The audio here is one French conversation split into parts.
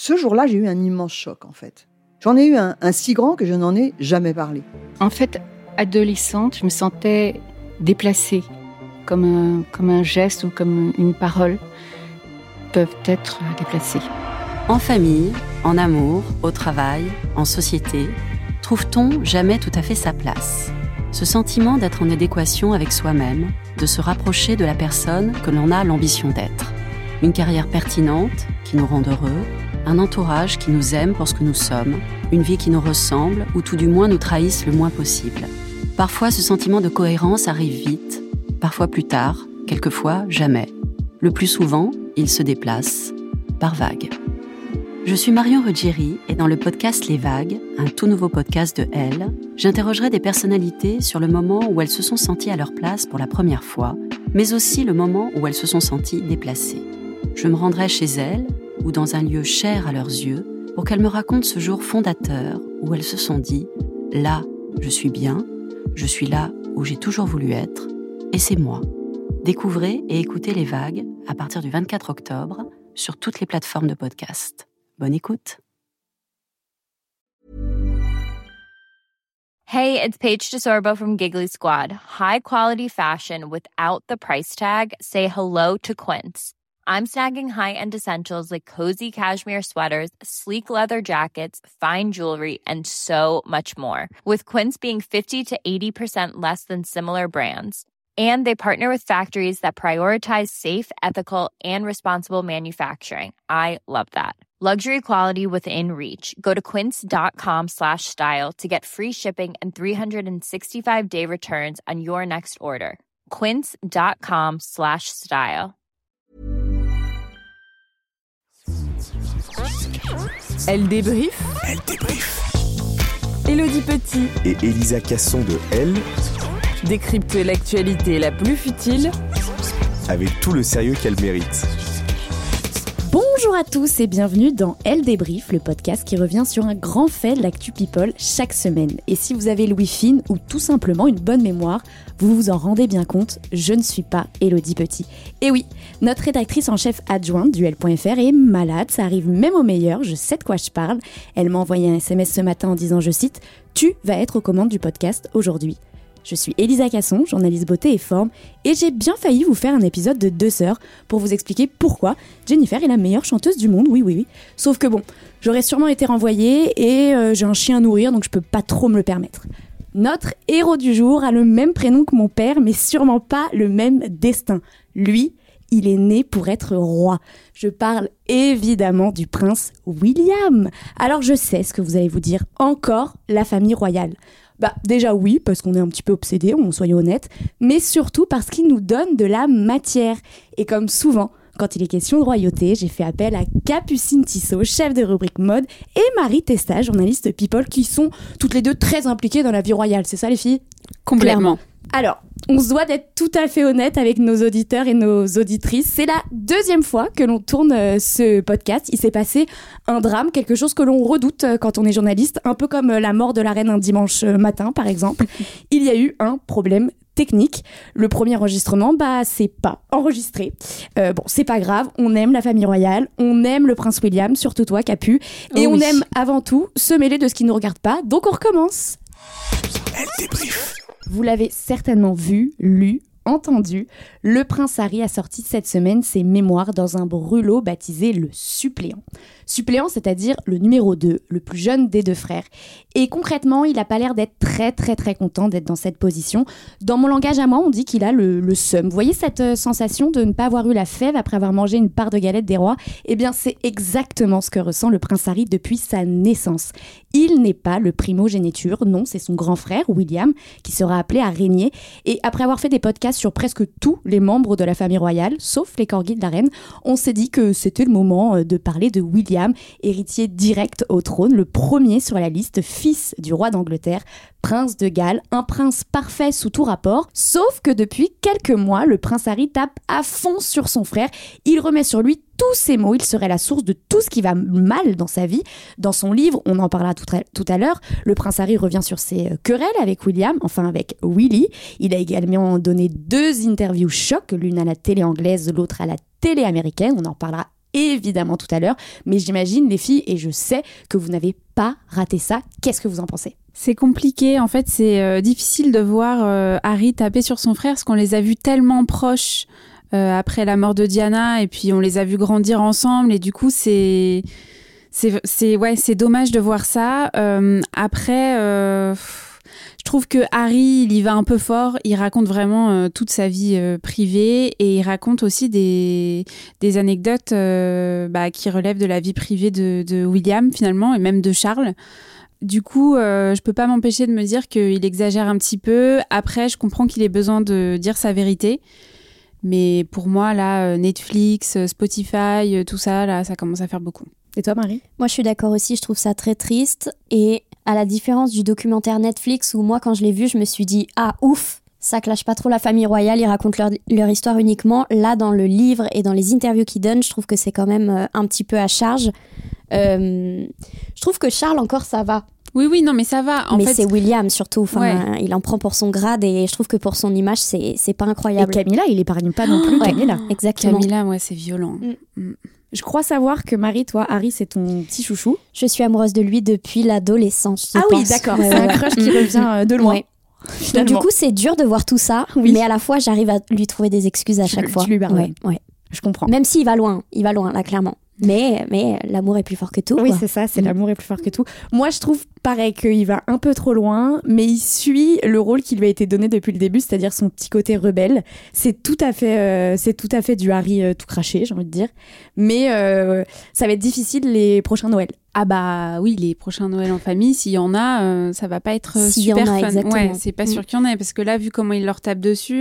Ce jour-là, j'ai eu un immense choc, en fait. J'en ai eu un si grand que je n'en ai jamais parlé. En fait, adolescente, je me sentais déplacée, comme un geste ou comme une parole peuvent être déplacées. En famille, en amour, au travail, en société, trouve-t-on jamais tout à fait sa place ? Ce sentiment d'être en adéquation avec soi-même, de se rapprocher de la personne que l'on a l'ambition d'être. Une carrière pertinente qui nous rend heureux, un entourage qui nous aime pour ce que nous sommes, une vie qui nous ressemble ou tout du moins nous trahisse le moins possible. Parfois, ce sentiment de cohérence arrive vite, parfois plus tard, quelquefois jamais. Le plus souvent, il se déplace par vagues. Je suis Marion Ruggieri et dans le podcast Les Vagues, un tout nouveau podcast de Elle, j'interrogerai des personnalités sur le moment où elles se sont senties à leur place pour la première fois, mais aussi le moment où elles se sont senties déplacées. Je me rendrai chez elles ou dans un lieu cher à leurs yeux pour qu'elles me racontent ce jour fondateur où elles se sont dit « Là, je suis bien, je suis là où j'ai toujours voulu être, et c'est moi ». Découvrez et écoutez Les Vagues à partir du 24 octobre sur toutes les plateformes de podcast. Bonne écoute. Hey, it's Paige DeSorbo from Giggly Squad. High quality fashion without the price tag. Say hello to Quince. I'm snagging high-end essentials like cozy cashmere sweaters, sleek leather jackets, fine jewelry, and so much more. With Quince being 50 to 80% less than similar brands. And they partner with factories that prioritize safe, ethical, and responsible manufacturing. I love that. Luxury quality within reach. Go to quince.com/style to get free shipping and 365-day returns on your next order. Quince.com/style. Elle débrief. Élodie Petit et Elisa Casson de Elle décryptent l'actualité la plus futile avec tout le sérieux qu'elle mérite. Bonjour à tous et bienvenue dans Elle débrief, le podcast qui revient sur un grand fait de l'actu people chaque semaine. Et si vous avez Louis fine ou tout simplement une bonne mémoire, vous vous en rendez bien compte, je ne suis pas Élodie Petit. Et oui, notre rédactrice en chef adjointe du Elle.fr est malade, ça arrive même au meilleur, je sais de quoi je parle. Elle m'a envoyé un SMS ce matin en disant, je cite, « Tu vas être aux commandes du podcast aujourd'hui ». Je suis Elisa Casson, journaliste beauté et forme, et j'ai bien failli vous faire un épisode de 2 heures pour vous expliquer pourquoi Jennifer est la meilleure chanteuse du monde, oui. Sauf que bon, j'aurais sûrement été renvoyée et j'ai un chien à nourrir, donc je peux pas trop me le permettre. Notre héros du jour a le même prénom que mon père, mais sûrement pas le même destin. Lui, il est né pour être roi. Je parle évidemment du prince William. Alors je sais ce que vous allez vous dire, encore la famille royale. Déjà oui, parce qu'on est un petit peu obsédés, soyons honnêtes, mais surtout parce qu'il nous donne de la matière. Et comme souvent, quand il est question de royauté, j'ai fait appel à Capucine Tissot, chef de rubrique mode, et Marie Testa, journaliste people, qui sont toutes les deux très impliquées dans la vie royale. C'est ça les filles ? Complètement. Alors, on se doit d'être tout à fait honnête avec nos auditeurs et nos auditrices. C'est la 2e fois que l'on tourne ce podcast. Il s'est passé un drame, quelque chose que l'on redoute quand on est journaliste, un peu comme la mort de la reine un dimanche matin, par exemple. Il y a eu un problème technique. Le premier enregistrement, c'est pas enregistré. C'est pas grave. On aime la famille royale. On aime le prince William, surtout toi, Capu. Et on aime avant tout se mêler de ce qui ne nous regarde pas. Donc on recommence. Elle débrief. Vous l'avez certainement vu, lu, entendu, le prince Harry a sorti cette semaine ses mémoires dans un brûlot baptisé le suppléant. Suppléant, c'est-à-dire le numéro 2, le plus jeune des 2 frères. Et concrètement, il n'a pas l'air d'être très content d'être dans cette position. Dans mon langage à moi, on dit qu'il a le seum. Vous voyez cette sensation de ne pas avoir eu la fève après avoir mangé une part de galette des rois ? Eh bien, c'est exactement ce que ressent le prince Harry depuis sa naissance. Il n'est pas le primogéniture, non, c'est son grand frère, William, qui sera appelé à régner. Et après avoir fait des podcasts sur presque tous les membres de la famille royale, sauf les corgis de la reine, on s'est dit que c'était le moment de parler de William, héritier direct au trône, le premier sur la liste, fils du roi d'Angleterre, prince de Galles, un prince parfait sous tout rapport, sauf que depuis quelques mois, le prince Harry tape à fond sur son frère, il remet sur lui tous ses maux, il serait la source de tout ce qui va mal dans sa vie. Dans son livre, on en parlera tout à l'heure, le prince Harry revient sur ses querelles avec William, enfin avec Willy. Il a également donné 2 interviews choc, l'une à la télé anglaise, l'autre à la télé américaine, on en parlera évidemment tout à l'heure. Mais j'imagine, les filles, et je sais que vous n'avez pas raté ça. Qu'est-ce que vous en pensez ? C'est compliqué. En fait, c'est difficile de voir Harry taper sur son frère parce qu'on les a vus tellement proches après la mort de Diana et puis on les a vus grandir ensemble et du coup, c'est dommage de voir ça. Après, je trouve que Harry, il y va un peu fort. Il raconte vraiment toute sa vie privée et il raconte aussi des anecdotes qui relèvent de la vie privée de William finalement et même de Charles. Du coup, je peux pas m'empêcher de me dire qu'il exagère un petit peu. Après, je comprends qu'il ait besoin de dire sa vérité. Mais pour moi, là, Netflix, Spotify, tout ça, là, ça commence à faire beaucoup. Et toi, Marie ? Moi, je suis d'accord aussi. Je trouve ça très triste. Et à la différence du documentaire Netflix, où moi, quand je l'ai vu, je me suis dit « Ah, ouf !» Ça clash pas trop la famille royale, ils racontent leur histoire uniquement. Là, dans le livre et dans les interviews qu'ils donnent, je trouve que c'est quand même un petit peu à charge. Je trouve que Charles, encore, ça va. Oui, non, mais ça va. En mais fait, c'est William, surtout. Enfin, il en prend pour son grade et je trouve que pour son image, c'est pas incroyable. Et Camilla, il épargne pas non plus Camilla. Exactement. Camilla, c'est violent. Je crois savoir que Marie, toi, Harry, c'est ton petit chouchou. Je suis amoureuse de lui depuis l'adolescence, je pense. Oui, d'accord. C'est un crush qui revient de loin. Ouais. Donc, du coup, c'est dur de voir tout ça, mais à la fois, j'arrive à lui trouver des excuses à chaque fois. Tu lui pardonnes. Ouais. Je comprends. Même s'il va loin, là, clairement. Mais l'amour est plus fort que tout. Oui, quoi. c'est ça, c'est l'amour est plus fort que tout. Moi, je trouve pareil qu'il va un peu trop loin, mais il suit le rôle qui lui a été donné depuis le début, c'est-à-dire son petit côté rebelle. C'est tout à fait du Harry tout craché, j'ai envie de dire. Mais ça va être difficile les prochains Noëls. Ah bah oui, les prochains Noëls en famille, s'il y en a, ça va pas être s'il super y en a, fun. exactement. Ouais, c'est pas sûr qu'il y en ait, parce que là, vu comment il leur tape dessus,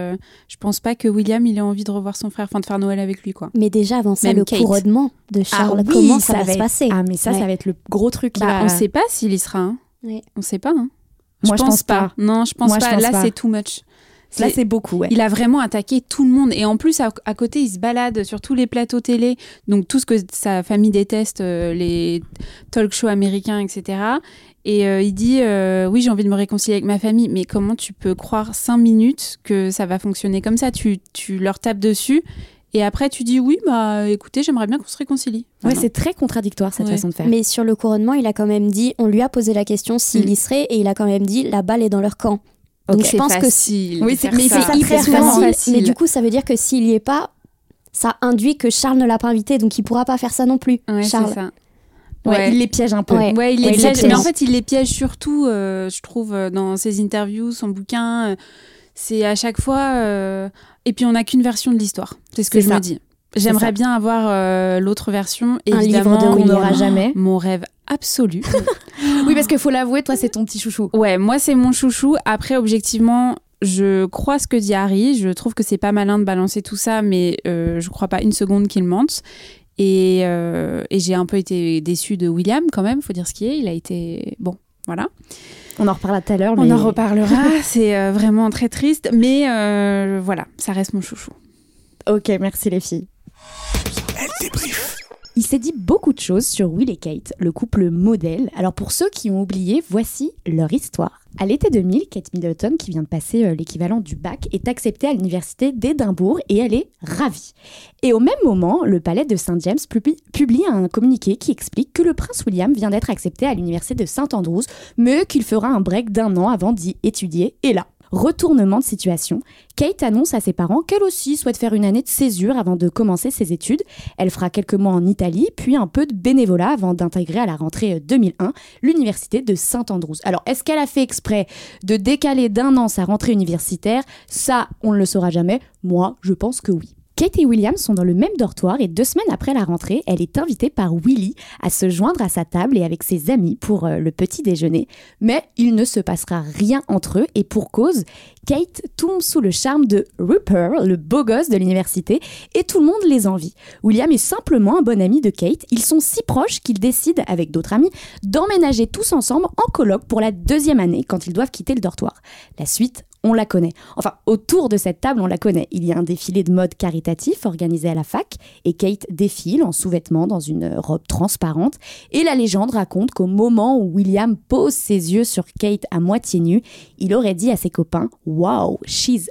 je pense pas que William, il ait envie de revoir son frère, de faire Noël avec lui, quoi. Mais déjà, avant ça, même le Kate. couronnement de Charles, oui, comment ça va se passer ? Ah, mais ça va être le gros truc. On sait pas s'il y sera. Hein. Ouais. On sait pas. Hein. Moi, je pense pas. Non, je pense pas. Là, c'est too much. Là, c'est beaucoup, ouais. Il a vraiment attaqué tout le monde. Et en plus, à côté, il se balade sur tous les plateaux télé. Donc, tout ce que sa famille déteste, les talk shows américains, etc. Et il dit oui, j'ai envie de me réconcilier avec ma famille. Mais comment tu peux croire 5 minutes que ça va fonctionner comme ça ? Tu leur tapes dessus. Et après, tu dis oui, écoutez, j'aimerais bien qu'on se réconcilie. Ouais, c'est très contradictoire cette façon de faire. Mais sur le couronnement, il a quand même dit, on lui a posé la question s'il y serait, et il a quand même dit, la balle est dans leur camp. Donc je pense facile. que c'est hyper facile. Mais du coup, ça veut dire que s'il y est pas, ça induit que Charles ne l'a pas invité, donc il pourra pas faire ça non plus. Ouais, Charles. C'est ça. Ouais, il les piège un peu. Ouais, il les piège. Mais en fait, il les piège surtout, je trouve, dans ses interviews, son bouquin. C'est à chaque fois. Et puis, on n'a qu'une version de l'histoire. C'est ce que je me dis. J'aimerais bien avoir l'autre version. Évidemment, qu'on n'aura jamais. Mon rêve absolu. Oui, parce qu'il faut l'avouer, toi, c'est ton petit chouchou. Ouais, moi, c'est mon chouchou. Après, objectivement, je crois ce que dit Harry. Je trouve que c'est pas malin de balancer tout ça, mais je crois pas une seconde qu'il mente. Et j'ai un peu été déçue de William, quand même, faut dire ce qui est. Il a été... Bon, voilà. On en reparlera tout à l'heure. On en reparlera. C'est vraiment très triste. Mais voilà, ça reste mon chouchou. Ok, merci les filles. Elle débrief. Il s'est dit beaucoup de choses sur Will et Kate, le couple modèle. Alors pour ceux qui ont oublié, voici leur histoire. À l'été 2000, Kate Middleton, qui vient de passer l'équivalent du bac, est acceptée à l'université d'Édimbourg et elle est ravie. Et au même moment, le palais de St. James publie un communiqué qui explique que le prince William vient d'être accepté à l'université de St. Andrews, mais qu'il fera un break d'1 an avant d'y étudier. Et là, retournement de situation, Kate annonce à ses parents qu'elle aussi souhaite faire une année de césure avant de commencer ses études. Elle fera quelques mois en Italie, puis un peu de bénévolat avant d'intégrer à la rentrée 2001 l'université de St. Andrews. Alors, est-ce qu'elle a fait exprès de décaler d'1 an sa rentrée universitaire ? Ça, on ne le saura jamais. Moi, je pense que oui. Kate et William sont dans le même dortoir et 2 semaines après la rentrée, elle est invitée par Willy à se joindre à sa table et avec ses amis pour le petit déjeuner. Mais il ne se passera rien entre eux et pour cause, Kate tombe sous le charme de Rupert, le beau gosse de l'université, et tout le monde les envie. William est simplement un bon ami de Kate. Ils sont si proches qu'ils décident, avec d'autres amis, d'emménager tous ensemble en coloc pour la 2e année quand ils doivent quitter le dortoir. La suite, on la connaît. Enfin, autour de cette table, on la connaît. Il y a un défilé de mode caritatif organisé à la fac et Kate défile en sous-vêtements dans une robe transparente. Et la légende raconte qu'au moment où William pose ses yeux sur Kate à moitié nue, il aurait dit à ses copains « Wow, she's hot ».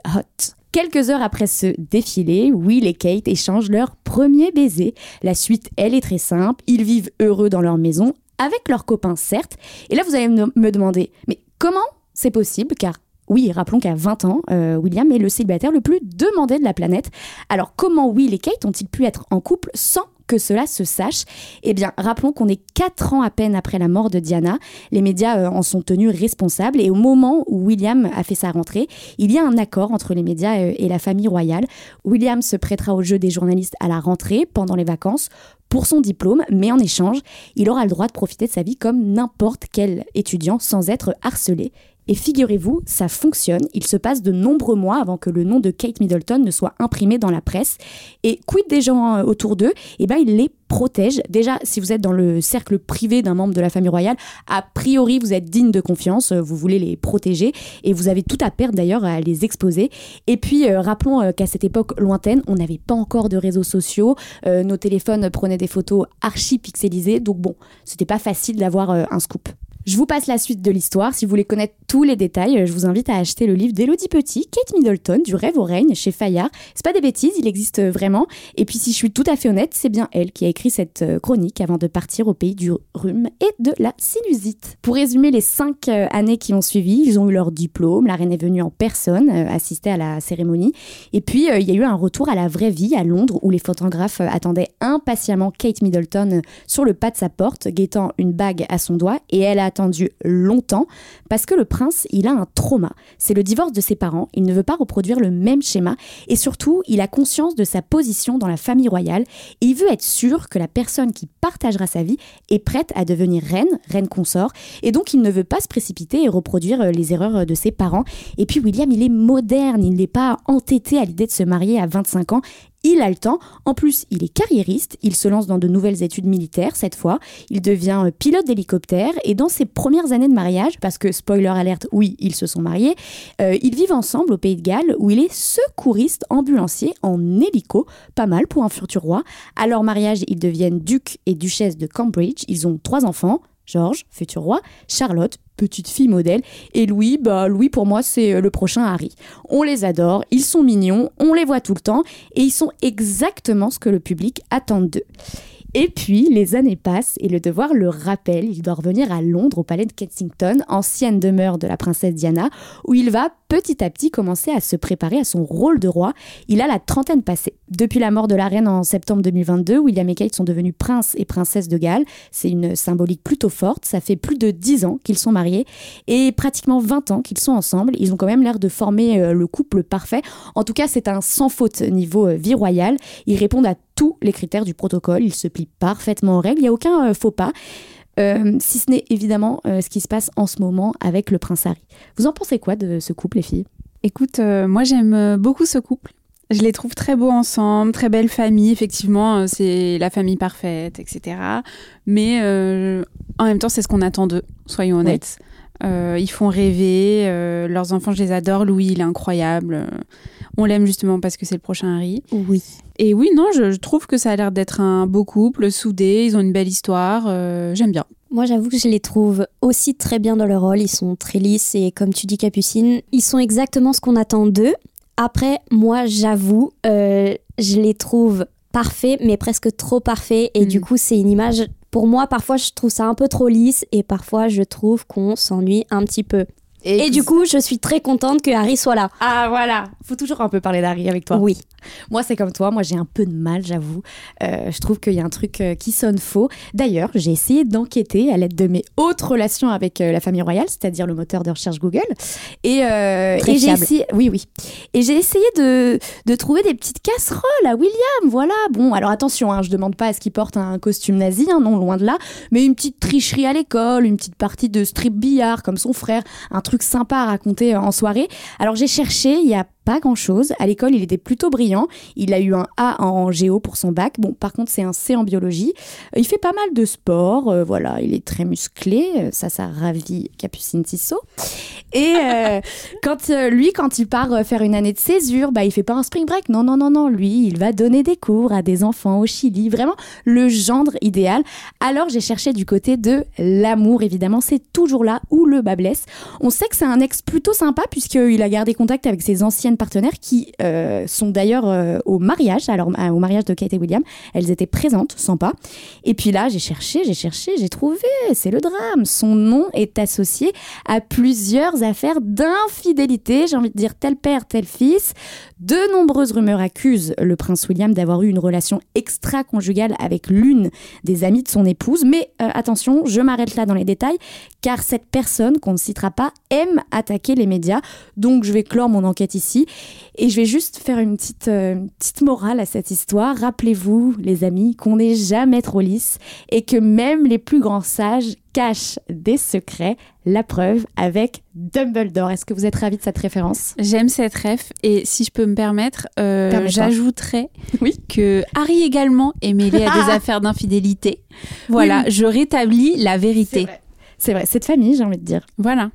Quelques heures après ce défilé, Will et Kate échangent leur premier baiser. La suite, elle est très simple. Ils vivent heureux dans leur maison, avec leurs copains certes. Et là, vous allez me demander, mais comment c'est possible ? Car oui, rappelons qu'à 20 ans, William est le célibataire le plus demandé de la planète. Alors comment Will et Kate ont-ils pu être en couple sans que cela se sache ? Eh bien, rappelons qu'on est 4 ans à peine après la mort de Diana. Les médias en sont tenus responsables et au moment où William a fait sa rentrée, il y a un accord entre les médias et la famille royale. William se prêtera au jeu des journalistes à la rentrée, pendant les vacances, pour son diplôme, mais en échange, il aura le droit de profiter de sa vie comme n'importe quel étudiant sans être harcelé. Et figurez-vous, ça fonctionne. Il se passe de nombreux mois avant que le nom de Kate Middleton ne soit imprimé dans la presse. Et quid des gens autour d'eux ? Eh bien, il les protège. Déjà, si vous êtes dans le cercle privé d'un membre de la famille royale, a priori, vous êtes digne de confiance, vous voulez les protéger et vous avez tout à perdre d'ailleurs à les exposer. Et puis, rappelons qu'à cette époque lointaine, on n'avait pas encore de réseaux sociaux, nos téléphones prenaient des photos archi-pixelisées, donc bon, c'était pas facile d'avoir un scoop. Je vous passe la suite de l'histoire. Si vous voulez connaître tous les détails, je vous invite à acheter le livre d'Élodie Petit, Kate Middleton, du rêve au règne, chez Fayard. C'est pas des bêtises, il existe vraiment. Et puis si je suis tout à fait honnête, c'est bien elle qui a écrit cette chronique avant de partir au pays du rhume et de la sinusite. Pour résumer les 5 années qui ont suivi, ils ont eu leur diplôme, la reine est venue en personne assister à la cérémonie. Et puis il y a eu un retour à la vraie vie à Londres où les photographes attendaient impatiemment Kate Middleton sur le pas de sa porte, guettant une bague à son doigt, et elle a attendu longtemps parce que le prince, il a un trauma. C'est le divorce de ses parents, il ne veut pas reproduire le même schéma et surtout, il a conscience de sa position dans la famille royale et il veut être sûr que la personne qui partagera sa vie est prête à devenir reine consort et donc il ne veut pas se précipiter et reproduire les erreurs de ses parents. Et puis William, il est moderne, il n'est pas entêté à l'idée de se marier à 25 ans. Il a le temps. En plus, il est carriériste. Il se lance dans de nouvelles études militaires cette fois. Il devient pilote d'hélicoptère. Et dans ses premières années de mariage, parce que, spoiler alerte, oui, ils se sont mariés, ils vivent ensemble au Pays de Galles où il est secouriste ambulancier en hélico. Pas mal pour un futur roi. À leur mariage, ils deviennent duc et duchesse de Cambridge. Ils ont 3 enfants. George, futur roi, Charlotte, petite fille modèle, et Louis, Louis pour moi c'est le prochain Harry. On les adore, ils sont mignons, on les voit tout le temps, et ils sont exactement ce que le public attend d'eux. Et puis, les années passent et le devoir le rappelle. Il doit revenir à Londres, au palais de Kensington, ancienne demeure de la princesse Diana, où il va petit à petit commencer à se préparer à son rôle de roi. Il a la trentaine passée. Depuis la mort de la reine en septembre 2022, William et Kate sont devenus prince et princesse de Galles. C'est une symbolique plutôt forte. Ça fait plus de 10 ans qu'ils sont mariés et pratiquement 20 ans qu'ils sont ensemble. Ils ont quand même l'air de former le couple parfait. En tout cas, c'est un sans faute niveau vie royale. Ils répondent à tous les critères du protocole. Ils se plient parfaitement aux règles. Il n'y a aucun faux pas. Si ce n'est évidemment ce qui se passe en ce moment avec le prince Harry. Vous en pensez quoi de ce couple, les filles ? Écoute, moi j'aime beaucoup ce couple. Je les trouve très beaux ensemble, très belle famille. Effectivement, c'est la famille parfaite, etc. Mais en même temps, c'est ce qu'on attend d'eux, soyons honnêtes. Oui. Ils font rêver. Leurs enfants, je les adore. Louis, il est incroyable. On l'aime justement parce que c'est le prochain Harry. Oui. Et oui, non, je trouve que ça a l'air d'être un beau couple, soudé. Ils ont une belle histoire. J'aime bien. Moi, j'avoue que je les trouve aussi très bien dans leur rôle. Ils sont très lisses et comme tu dis, Capucine, ils sont exactement ce qu'on attend d'eux. Après, moi, j'avoue, je les trouve parfaits, mais presque trop parfaits. Et du coup, c'est une image... Pour moi, parfois, je trouve ça un peu trop lisse et parfois, je trouve qu'on s'ennuie un petit peu. Et du coup, je suis très contente que Harry soit là. Ah, voilà. Faut toujours un peu parler d'Harry avec toi. Oui. Moi, c'est comme toi. Moi, j'ai un peu de mal, j'avoue. Je trouve qu'il y a un truc qui sonne faux. D'ailleurs, j'ai essayé d'enquêter à l'aide de mes hautes relations avec la famille royale, c'est-à-dire le moteur de recherche Google. Et j'ai essayé... Oui. Et j'ai essayé de trouver des petites casseroles à William. Voilà. Bon, alors attention, je demande pas à ce qu'il porte un costume nazi, non, loin de là. Mais une petite tricherie à l'école, une petite partie de strip billard comme son frère, un truc sympa à raconter en soirée. Alors j'ai cherché, il y a pas grand-chose. À l'école, il était plutôt brillant. Il a eu un A en géo pour son bac. Bon, par contre, c'est un C en biologie. Il fait pas mal de sport. Voilà, il est très musclé. Ça ravit Capucine Tissot. Et quand il part faire une année de césure, il fait pas un spring break. Non. Lui, il va donner des cours à des enfants au Chili. Vraiment, le gendre idéal. Alors, j'ai cherché du côté de l'amour, évidemment. C'est toujours là où le bas blesse. On sait que c'est un ex plutôt sympa puisqu'il a gardé contact avec ses anciennes anciennes partenaires qui sont d'ailleurs au mariage de Kate et William. Elles étaient présentes, sympa. Et puis là, j'ai cherché, j'ai trouvé, c'est le drame. Son nom est associé à plusieurs affaires d'infidélité, j'ai envie de dire tel père, tel fils. De nombreuses rumeurs accusent le prince William d'avoir eu une relation extra-conjugale avec l'une des amies de son épouse. Mais attention, je m'arrête là dans les détails, car cette personne, qu'on ne citera pas, aime attaquer les médias. Donc je vais clore mon enquête ici. Et je vais juste faire une petite morale à cette histoire. Rappelez-vous, les amis, qu'on n'est jamais trop lisse et que même les plus grands sages cachent des secrets. La preuve avec Dumbledore. Est-ce que vous êtes ravis de cette référence ? J'aime cette ref et si je peux me permettre, j'ajouterais que Harry également est mêlé à des affaires d'infidélité. Voilà, oui. Je rétablis la vérité. C'est vrai, c'est de famille, j'ai envie de dire. Voilà.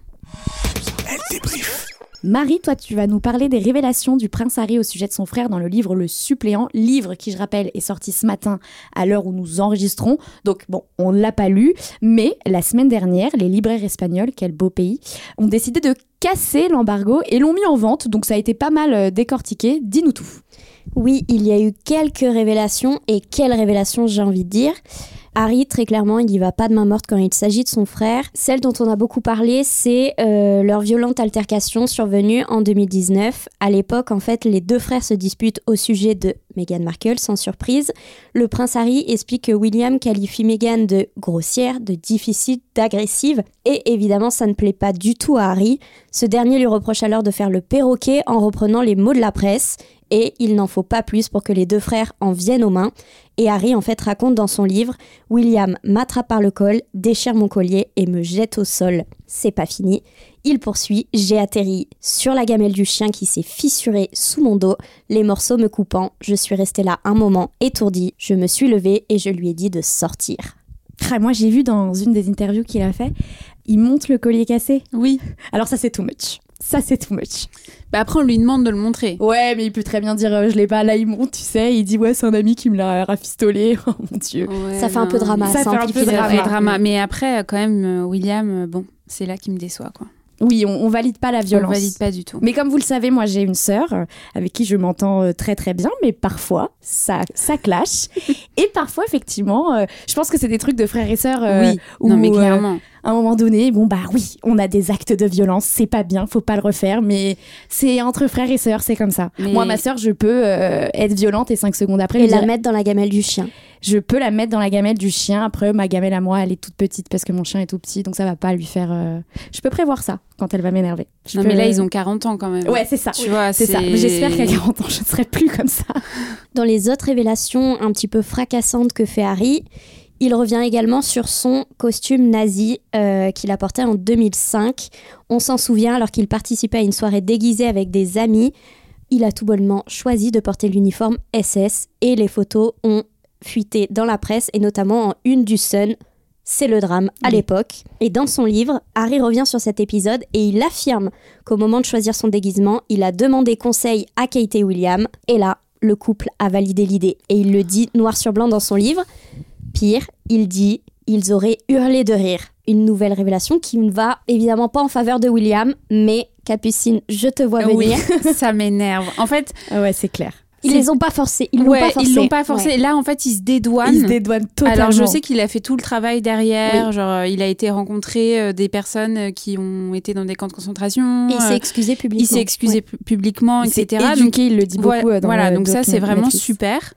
Elle débriefe. Marie, toi, tu vas nous parler des révélations du prince Harry au sujet de son frère dans le livre Le Suppléant, livre qui, je rappelle, est sorti ce matin à l'heure où nous enregistrons. Donc, bon, on ne l'a pas lu, mais la semaine dernière, les libraires espagnols, quel beau pays, ont décidé de casser l'embargo et l'ont mis en vente. Donc, ça a été pas mal décortiqué. Dis-nous tout. Oui, il y a eu quelques révélations, et quelles révélations, j'ai envie de dire. Harry, très clairement, il n'y va pas de main morte quand il s'agit de son frère. Celle dont on a beaucoup parlé, c'est leur violente altercation survenue en 2019. À l'époque, en fait, les deux frères se disputent au sujet de Meghan Markle, sans surprise. Le prince Harry explique que William qualifie Meghan de grossière, de difficile, d'agressive. Et évidemment, ça ne plaît pas du tout à Harry. Ce dernier lui reproche alors de faire le perroquet en reprenant les mots de la presse. Et il n'en faut pas plus pour que les deux frères en viennent aux mains. Et Harry, en fait, raconte dans son livre « William m'attrape par le col, déchire mon collier et me jette au sol. C'est pas fini. Il poursuit « J'ai atterri sur la gamelle du chien qui s'est fissurée sous mon dos, les morceaux me coupant. Je suis restée là un moment, étourdie. Je me suis levée et je lui ai dit de sortir. » Moi, j'ai vu dans une des interviews qu'il a fait, il monte le collier cassé. Oui. Alors ça, c'est too much. Ça, c'est too much. Bah après, on lui demande de le montrer. Ouais, mais il peut très bien dire je l'ai pas. Là, il monte, tu sais. Il dit ouais, c'est un ami qui me l'a rafistolé. Oh mon Dieu. Ouais, ça fait un peu drama. Ça fait un peu drama. Mais après, quand même, William, bon, c'est là qui me déçoit, quoi. Oui, on valide pas la violence. On valide pas du tout. Mais comme vous le savez, moi j'ai une sœur avec qui je m'entends très très bien, mais parfois ça clash. Et parfois effectivement, je pense que c'est des trucs de frères et sœurs. Oui. Non mais clairement. À un moment donné, bon bah oui, on a des actes de violence, c'est pas bien, faut pas le refaire, mais c'est entre frères et sœurs, c'est comme ça. Mais... Moi, ma sœur, je peux être violente et 5 secondes après... Et la mettre dans la gamelle du chien. Je peux la mettre dans la gamelle du chien. Après, ma gamelle à moi, elle est toute petite parce que mon chien est tout petit, donc ça va pas lui faire... Je peux prévoir ça quand elle va m'énerver. Mais là, ils ont 40 ans quand même. Ouais, c'est ça. Tu vois, c'est ça. Mais j'espère qu'à 40 ans, je ne serai plus comme ça. Dans les autres révélations un petit peu fracassantes que fait Harry... Il revient également sur son costume nazi qu'il a porté en 2005. On s'en souvient alors qu'il participait à une soirée déguisée avec des amis. Il a tout bonnement choisi de porter l'uniforme SS et les photos ont fuité dans la presse et notamment en une du Sun. C'est le drame à l'époque. Et dans son livre, Harry revient sur cet épisode et il affirme qu'au moment de choisir son déguisement, il a demandé conseil à Kate et William. Et là, le couple a validé l'idée. Et il le dit noir sur blanc dans son livre. Pire, il dit « Ils auraient hurlé de rire ». Une nouvelle révélation qui ne va évidemment pas en faveur de William, mais Capucine, je te vois venir. Oui, ça m'énerve. En fait, ouais, c'est clair. Ils les ont pas forcés. Ils l'ont pas forcé. Ouais. Là, en fait, il se dédouane. Il se dédouane totalement. Alors, je sais qu'il a fait tout le travail derrière. Oui. Genre, il a été rencontrer des personnes qui ont été dans des camps de concentration. Et il s'est excusé publiquement. Il s'est excusé publiquement, etc. Éduqué, donc, il le dit beaucoup dans voilà, donc ça, c'est vraiment Netflix. Super.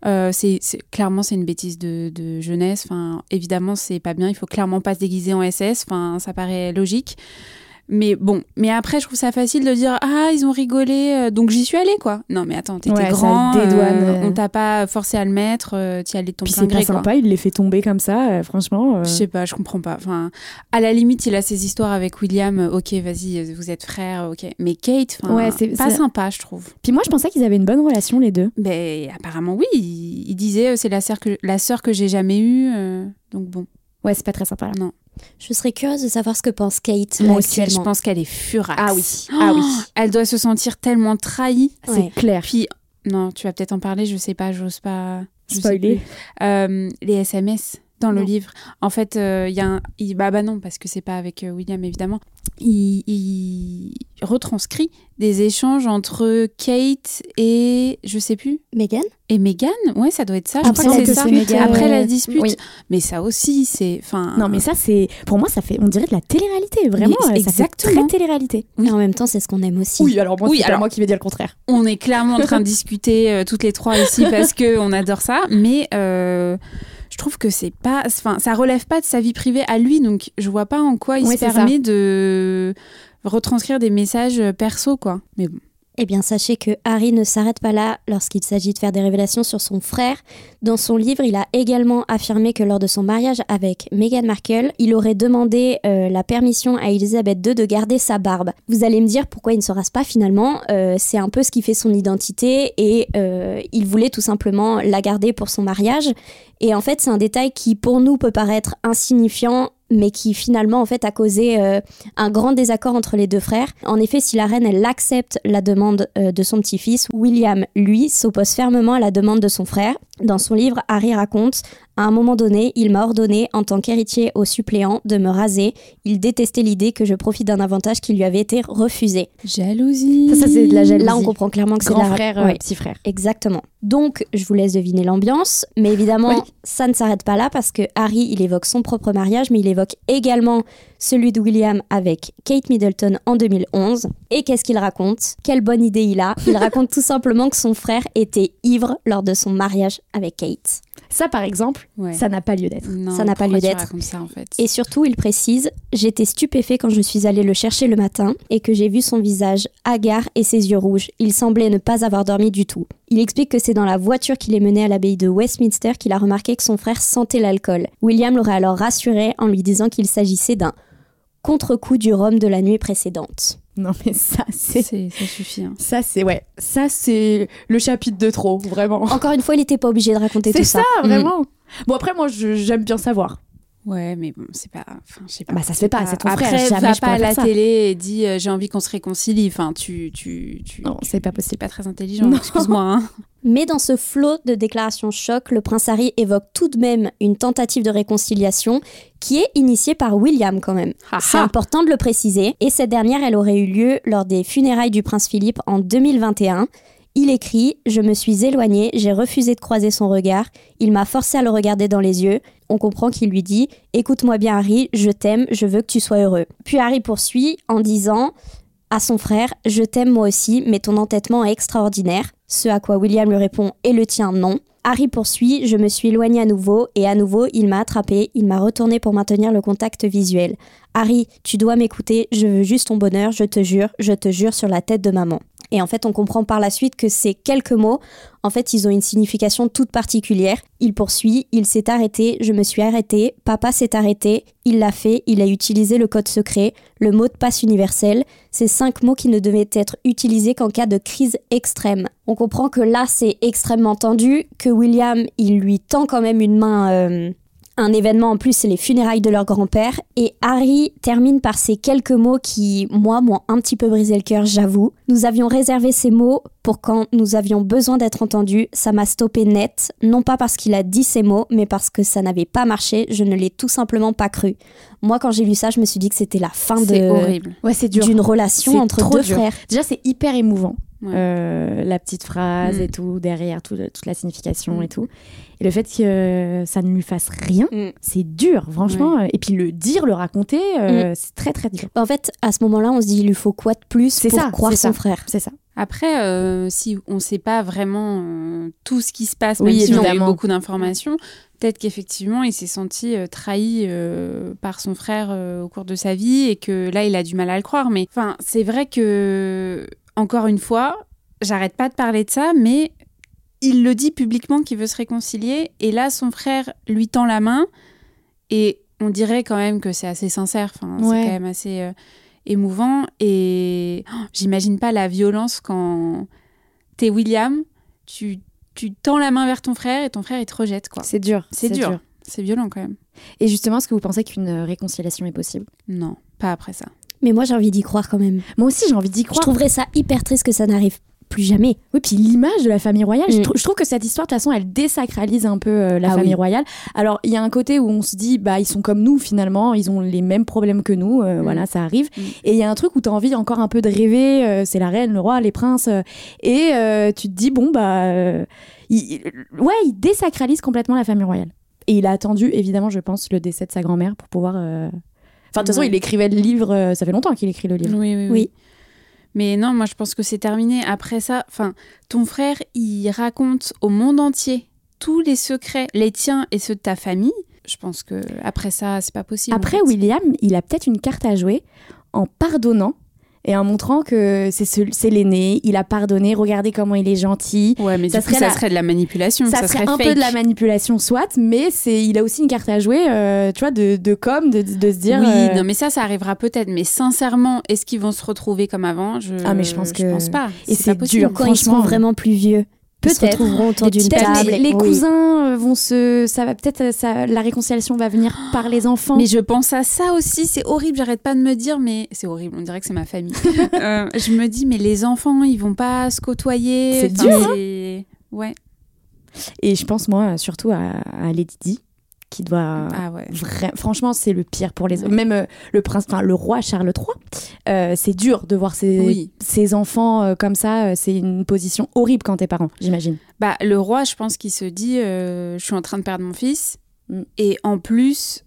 Clairement, c'est une bêtise de jeunesse. Enfin, évidemment, c'est pas bien. Il faut clairement pas se déguiser en SS. Enfin, ça paraît logique. Mais bon, mais après, je trouve ça facile de dire « Ah, ils ont rigolé, donc j'y suis allée, quoi. » Non, mais attends, t'étais grand, on t'a pas forcé à le mettre, t'y allais de ton plein gré, quoi. Puis c'est pas sympa, il les fait tomber comme ça, franchement... Je sais pas, je comprends pas. Enfin, à la limite, il a ses histoires avec William, ok, vas-y, vous êtes frères, ok. Mais Kate, c'est pas sympa, je trouve. Puis moi, je pensais qu'ils avaient une bonne relation, les deux. Ben, apparemment, oui. Il disait, c'est la sœur que j'ai jamais eue, donc bon. Ouais, c'est pas très sympa, là. Non. Je serais curieuse de savoir ce que pense Kate. Moi aussi, je pense qu'elle est furax. Ah oui. Elle doit se sentir tellement trahie. C'est clair. Puis, non, tu vas peut-être en parler, je sais pas, j'ose pas... Spoiler. Les SMS dans le Non. livre. En fait, il y a bah non, parce que c'est pas avec William, évidemment. Il retranscrit des échanges entre Kate et, je sais plus, Meghan ? et Meghan. Ouais, ça doit être ça. Après je crois la que c'est ça. dispute, Après la dispute. Oui. Mais ça aussi, c'est... Non, mais ça, c'est... Pour moi, ça fait... On dirait de la télé-réalité. Vraiment, Mais ça fait exactement. très télé-réalité. Et en même temps, c'est ce qu'on aime aussi. Oui, alors moi, Oui, c'est pas alors- moi qui vais dire le contraire. On est clairement en train de discuter toutes les trois ici parce qu'on adore ça. Mais je trouve que c'est pas... Enfin, ça relève pas de sa vie privée à lui. Donc, je vois pas en quoi il Oui, se c'est permet de retranscrire des messages perso, quoi. Mais bon. Eh bien, sachez que Harry ne s'arrête pas là lorsqu'il s'agit de faire des révélations sur son frère. Dans son livre, il a également affirmé que lors de son mariage avec Meghan Markle, il aurait demandé la permission à Elisabeth II de garder sa barbe. Vous allez me dire pourquoi il ne se rase pas finalement. C'est un peu ce qui fait son identité et il voulait tout simplement la garder pour son mariage. Et en fait, c'est un détail qui, pour nous, peut paraître insignifiant, mais qui finalement en fait a causé un grand désaccord entre les deux frères. En effet, si la reine elle accepte la demande de son petit-fils, William, lui, s'oppose fermement à la demande de son frère. Dans son livre, Harry raconte: à un moment donné, il m'a ordonné, en tant qu'héritier au suppléant, de me raser. Il détestait l'idée que je profite d'un avantage qui lui avait été refusé. Jalousie. Ça, c'est de la jalousie. Là, on comprend clairement que c'est Grand de la... frère, Ouais. petit frère. Exactement. Donc, je vous laisse deviner l'ambiance, mais évidemment, Oui. ça ne s'arrête pas là parce que Harry, il évoque son propre mariage, mais il évoque également celui de William avec Kate Middleton en 2011. Et qu'est-ce qu'il raconte ? Quelle bonne idée il a ! Il raconte tout simplement que son frère était ivre lors de son mariage avec Kate. Ça, par exemple, Ouais. ça n'a pas lieu d'être. Non, Ça n'a pas pourquoi lieu tu d'être. racontes ça, en fait. Et surtout, il précise: j'étais stupéfait quand je suis allée le chercher le matin et que j'ai vu son visage hagard et ses yeux rouges. Il semblait ne pas avoir dormi du tout. Il explique que c'est dans la voiture qui les menait à l'abbaye de Westminster qu'il a remarqué que son frère sentait l'alcool. William l'aurait alors rassuré en lui disant qu'il s'agissait d'un contre-coup du rhum de la nuit précédente. Non, mais ça, c'est... Ça suffit. Hein. Ça, c'est... Ouais. Ça, c'est le chapitre de trop, vraiment. Encore une fois, il n'était pas obligé de raconter C'est tout ça. ça, vraiment. Bon, après, moi, j'aime bien savoir. Ouais, mais bon, c'est pas... Enfin, je sais pas. Bah, ça se fait pas, c'est ton Après, frère. Jamais va je pas à pourrais la faire ça. télé et dis j'ai envie qu'on se réconcilie. Enfin, Non, c'est pas C'est possible. pas très intelligent, Non. excuse-moi. Hein. Mais dans ce flot de déclarations choc, le prince Harry évoque tout de même une tentative de réconciliation qui est initiée par William quand même. Ah C'est ah. important de le préciser. Et cette dernière, elle aurait eu lieu lors des funérailles du prince Philippe en 2021. Il écrit: je me suis éloigné, j'ai refusé de croiser son regard, il m'a forcé à le regarder dans les yeux. On comprend qu'il lui dit: écoute-moi bien Harry, je t'aime, je veux que tu sois heureux. Puis Harry poursuit en disant à son frère: je t'aime moi aussi, mais ton entêtement est extraordinaire. Ce à quoi William lui répond: et le tien non. Harry poursuit: je me suis éloigné à nouveau, et à nouveau il m'a attrapé, il m'a retourné pour maintenir le contact visuel. Harry, tu dois m'écouter, je veux juste ton bonheur, je te jure sur la tête de maman. Et en fait, on comprend par la suite que ces quelques mots, en fait, ils ont une signification toute particulière. Il poursuit: il s'est arrêté, je me suis arrêté, papa s'est arrêté, il l'a fait, il a utilisé le code secret, le mot de passe universel, ces 5 mots qui ne devaient être utilisés qu'en cas de crise extrême. On comprend que là, c'est extrêmement tendu, que William, il lui tend quand même une main... Un événement en plus, c'est les funérailles de leur grand-père. Et Harry termine par ces quelques mots qui, moi, m'ont un petit peu brisé le cœur, j'avoue. Nous avions réservé ces mots pour quand nous avions besoin d'être entendus. Ça m'a stoppé net, non pas parce qu'il a dit ces mots, mais parce que ça n'avait pas marché. Je ne l'ai tout simplement pas cru. Moi, quand j'ai lu ça, je me suis dit que c'était la fin C'est horrible. Ouais, c'est dur. d'une relation C'est entre trop deux dur. frères. Déjà, c'est hyper émouvant. Ouais. La petite phrase Mm. et tout, derrière, toute la signification et tout. Et le fait que ça ne lui fasse rien, c'est dur, franchement. Et puis le dire, le raconter, c'est très, très dur. En fait, à ce moment-là, on se dit, il lui faut quoi de plus C'est pour ça, croire c'est son ça. frère. C'est ça. Après, si on ne sait pas vraiment tout ce qui se passe, Oui, même si on a eu évidemment. beaucoup d'informations, peut-être qu'effectivement, il s'est senti trahi par son frère au cours de sa vie et que là, il a du mal à le croire. Mais enfin, c'est vrai que, encore une fois, j'arrête pas de parler de ça, mais il le dit publiquement qu'il veut se réconcilier. Et là, son frère lui tend la main et on dirait quand même que c'est assez sincère. Enfin, Ouais. c'est quand même assez... émouvant et j'imagine pas la violence quand t'es William, tu tends la main vers ton frère et ton frère il te rejette quoi. C'est dur. C'est dur. C'est violent quand même. Et justement, est-ce que vous pensez qu'une réconciliation est possible ? Non, pas après ça. Mais moi, j'ai envie d'y croire quand même. Moi aussi, j'ai envie d'y Je croire. trouverais ça hyper triste que ça n'arrive plus jamais. Oui, puis l'image de la famille royale, je trouve que cette histoire, de toute façon, elle désacralise un peu la famille royale. Alors, il y a un côté où on se dit, ils sont comme nous, finalement, ils ont les mêmes problèmes que nous, voilà, ça arrive. Et il y a un truc où tu as envie encore un peu de rêver, c'est la reine, le roi, les princes, et tu te dis, il désacralise complètement la famille royale. Et il a attendu, évidemment, je pense, le décès de sa grand-mère pour pouvoir... Enfin, de toute façon, il écrivait le livre, ça fait longtemps qu'il écrit le livre. Oui. Mais non, moi je pense que c'est terminé. Après ça, ton frère, il raconte au monde entier tous les secrets, les tiens et ceux de ta famille. Je pense que après ça, c'est pas possible. Après, William, il a peut-être une carte à jouer en pardonnant et en montrant que c'est l'aîné, il a pardonné, regardez comment il est gentil. Ouais, mais ça serait de la manipulation. Ça serait un peu de la manipulation, soit, mais il a aussi une carte à jouer, tu vois, de com, de se dire... Oui, non, mais ça arrivera peut-être. Mais sincèrement, est-ce qu'ils vont se retrouver comme avant ? Mais je pense pas. Et c'est dur, quand ils seront vraiment plus vieux. Peut-être. Ils se retrouveront autour d'une table. Les cousins vont la réconciliation va venir par les enfants. Mais je pense à ça aussi, c'est horrible, j'arrête pas de me dire, mais c'est horrible, on dirait que c'est ma famille. Je me dis, mais les enfants, ils vont pas se côtoyer. C'est dur. Ouais. Et je pense, moi, surtout à Lady Di, qui doit... Franchement, c'est le pire pour les... Même le roi Charles III, c'est dur de voir ses enfants comme ça. C'est une position horrible quand t'es parent, j'imagine. Le roi, je pense qu'il se dit, je suis en train de perdre mon fils. Et en plus,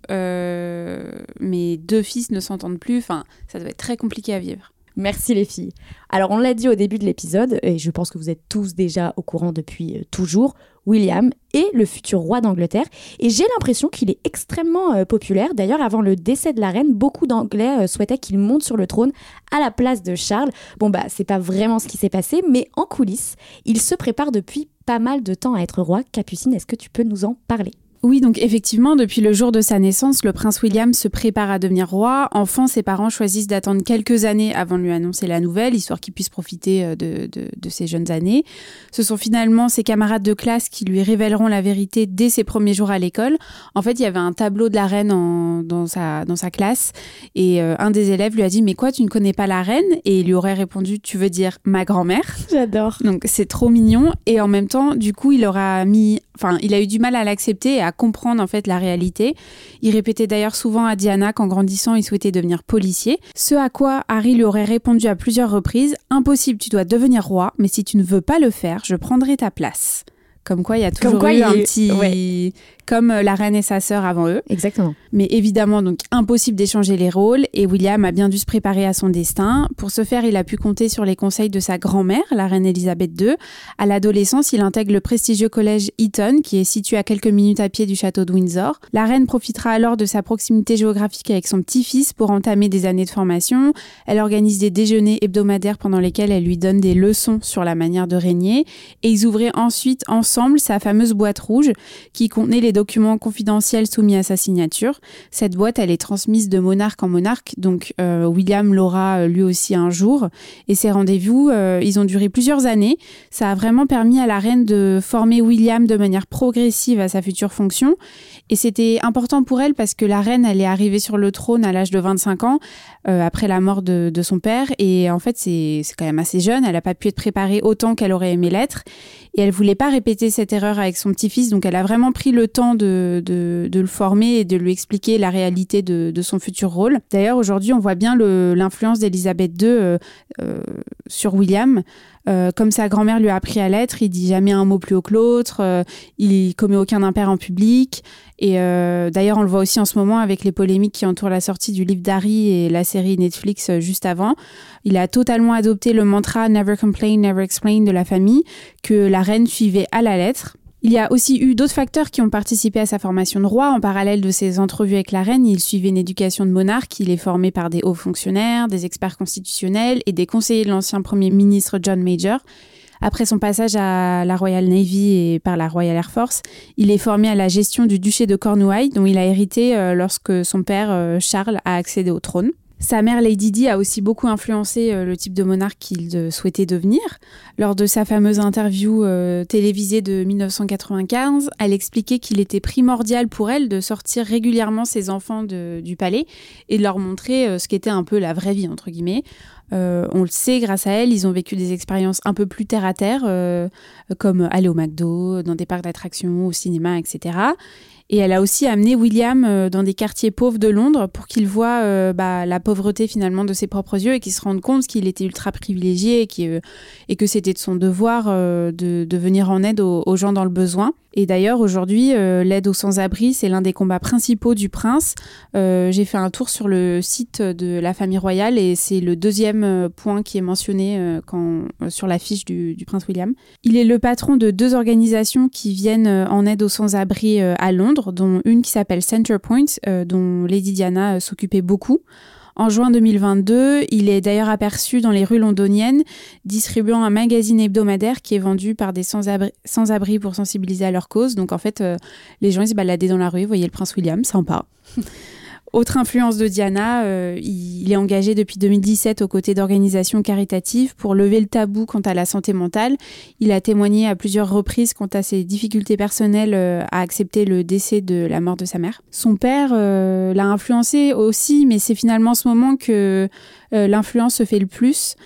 mes 2 fils ne s'entendent plus. Enfin, ça doit être très compliqué à vivre. Merci les filles. Alors on l'a dit au début de l'épisode, et je pense que vous êtes tous déjà au courant depuis toujours, William est le futur roi d'Angleterre. Et j'ai l'impression qu'il est extrêmement populaire. D'ailleurs, avant le décès de la reine, beaucoup d'Anglais souhaitaient qu'il monte sur le trône à la place de Charles. C'est pas vraiment ce qui s'est passé, mais en coulisses, il se prépare depuis pas mal de temps à être roi. Capucine, est-ce que tu peux nous en parler ? Oui, donc effectivement, depuis le jour de sa naissance, le prince William se prépare à devenir roi. Enfant, ses parents choisissent d'attendre quelques années avant de lui annoncer la nouvelle, histoire qu'il puisse profiter de ses jeunes années. Ce sont finalement ses camarades de classe qui lui révéleront la vérité dès ses premiers jours à l'école. En fait, il y avait un tableau de la reine dans sa classe, et un des élèves lui a dit « Mais quoi, tu ne connais pas la reine ?» Et il lui aurait répondu « Tu veux dire ma grand-mère ?» J'adore. Donc c'est trop mignon, et en même temps, du coup, il a eu du mal à l'accepter et à comprendre en fait la réalité. Il répétait d'ailleurs souvent à Diana qu'en grandissant, il souhaitait devenir policier. Ce à quoi Harry lui aurait répondu à plusieurs reprises « Impossible, tu dois devenir roi, mais si tu ne veux pas le faire, je prendrai ta place. » Comme quoi, il y a toujours eu un petit... Ouais. Comme la reine et sa sœur avant eux. Exactement. Mais évidemment, donc impossible d'échanger les rôles, et William a bien dû se préparer à son destin. Pour ce faire, il a pu compter sur les conseils de sa grand-mère, la reine Elisabeth II. À l'adolescence, il intègre le prestigieux collège Eton, qui est situé à quelques minutes à pied du château de Windsor. La reine profitera alors de sa proximité géographique avec son petit-fils pour entamer des années de formation. Elle organise des déjeuners hebdomadaires pendant lesquels elle lui donne des leçons sur la manière de régner. Et ils ouvraient ensuite ensemble sa fameuse boîte rouge qui contenait les documents confidentiels soumis à sa signature. Cette boîte, elle est transmise de monarque en monarque, donc William l'aura lui aussi un jour. Et ces rendez-vous, ils ont duré plusieurs années. Ça a vraiment permis à la reine de former William de manière progressive à sa future fonction. Et c'était important pour elle parce que la reine, elle est arrivée sur le trône à l'âge de 25 ans, après la mort de son père. Et en fait, c'est quand même assez jeune. Elle n'a pas pu être préparée autant qu'elle aurait aimé l'être. Et elle voulait pas répéter cette erreur avec son petit-fils, donc elle a vraiment pris le temps de le former et de lui expliquer la réalité de son futur rôle. D'ailleurs, aujourd'hui, on voit bien l'influence d'Elisabeth II sur William. Comme sa grand-mère lui a appris à l'être, il dit jamais un mot plus haut que l'autre, il commet aucun impair en public. Et d'ailleurs, on le voit aussi en ce moment avec les polémiques qui entourent la sortie du livre d'Harry et la série Netflix juste avant. Il a totalement adopté le mantra « Never complain, never explain » de la famille, que la reine suivait à la lettre. Il y a aussi eu d'autres facteurs qui ont participé à sa formation de roi. En parallèle de ses entrevues avec la reine, il suivait une éducation de monarque. Il est formé par des hauts fonctionnaires, des experts constitutionnels et des conseillers de l'ancien premier ministre John Major. Après son passage à la Royal Navy et par la Royal Air Force, il est formé à la gestion du duché de Cornouailles, dont il a hérité lorsque son père, Charles, a accédé au trône. Sa mère Lady Di a aussi beaucoup influencé le type de monarque qu'il souhaitait devenir. Lors de sa fameuse interview télévisée de 1995, elle expliquait qu'il était primordial pour elle de sortir régulièrement ses enfants du palais et de leur montrer ce qu'était un peu la vraie vie, entre guillemets. On le sait, grâce à elle, ils ont vécu des expériences un peu plus terre-à-terre, comme aller au McDo, dans des parcs d'attractions, au cinéma, etc. Et elle a aussi amené William dans des quartiers pauvres de Londres pour qu'il voit la pauvreté finalement de ses propres yeux et qu'il se rende compte qu'il était ultra privilégié et que c'était de son devoir de venir en aide aux gens dans le besoin. Et d'ailleurs, aujourd'hui, l'aide aux sans-abri, c'est l'un des combats principaux du prince. J'ai fait un tour sur le site de la famille royale et c'est le deuxième point qui est mentionné sur la fiche du prince William. Il est le patron de 2 organisations qui viennent en aide aux sans-abri à Londres, dont une qui s'appelle Centrepoint, dont Lady Diana s'occupait beaucoup. En juin 2022, il est d'ailleurs aperçu dans les rues londoniennes distribuant un magazine hebdomadaire qui est vendu par des sans-abri pour sensibiliser à leur cause. Donc en fait, les gens ils se baladaient dans la rue, voyaient le prince William, sympa. Autre influence de Diana, il est engagé depuis 2017 aux côtés d'organisations caritatives pour lever le tabou quant à la santé mentale. Il a témoigné à plusieurs reprises quant à ses difficultés personnelles à accepter le décès de la mort de sa mère. Son père l'a influencé aussi, mais c'est finalement en ce moment que l'influence se fait le plus.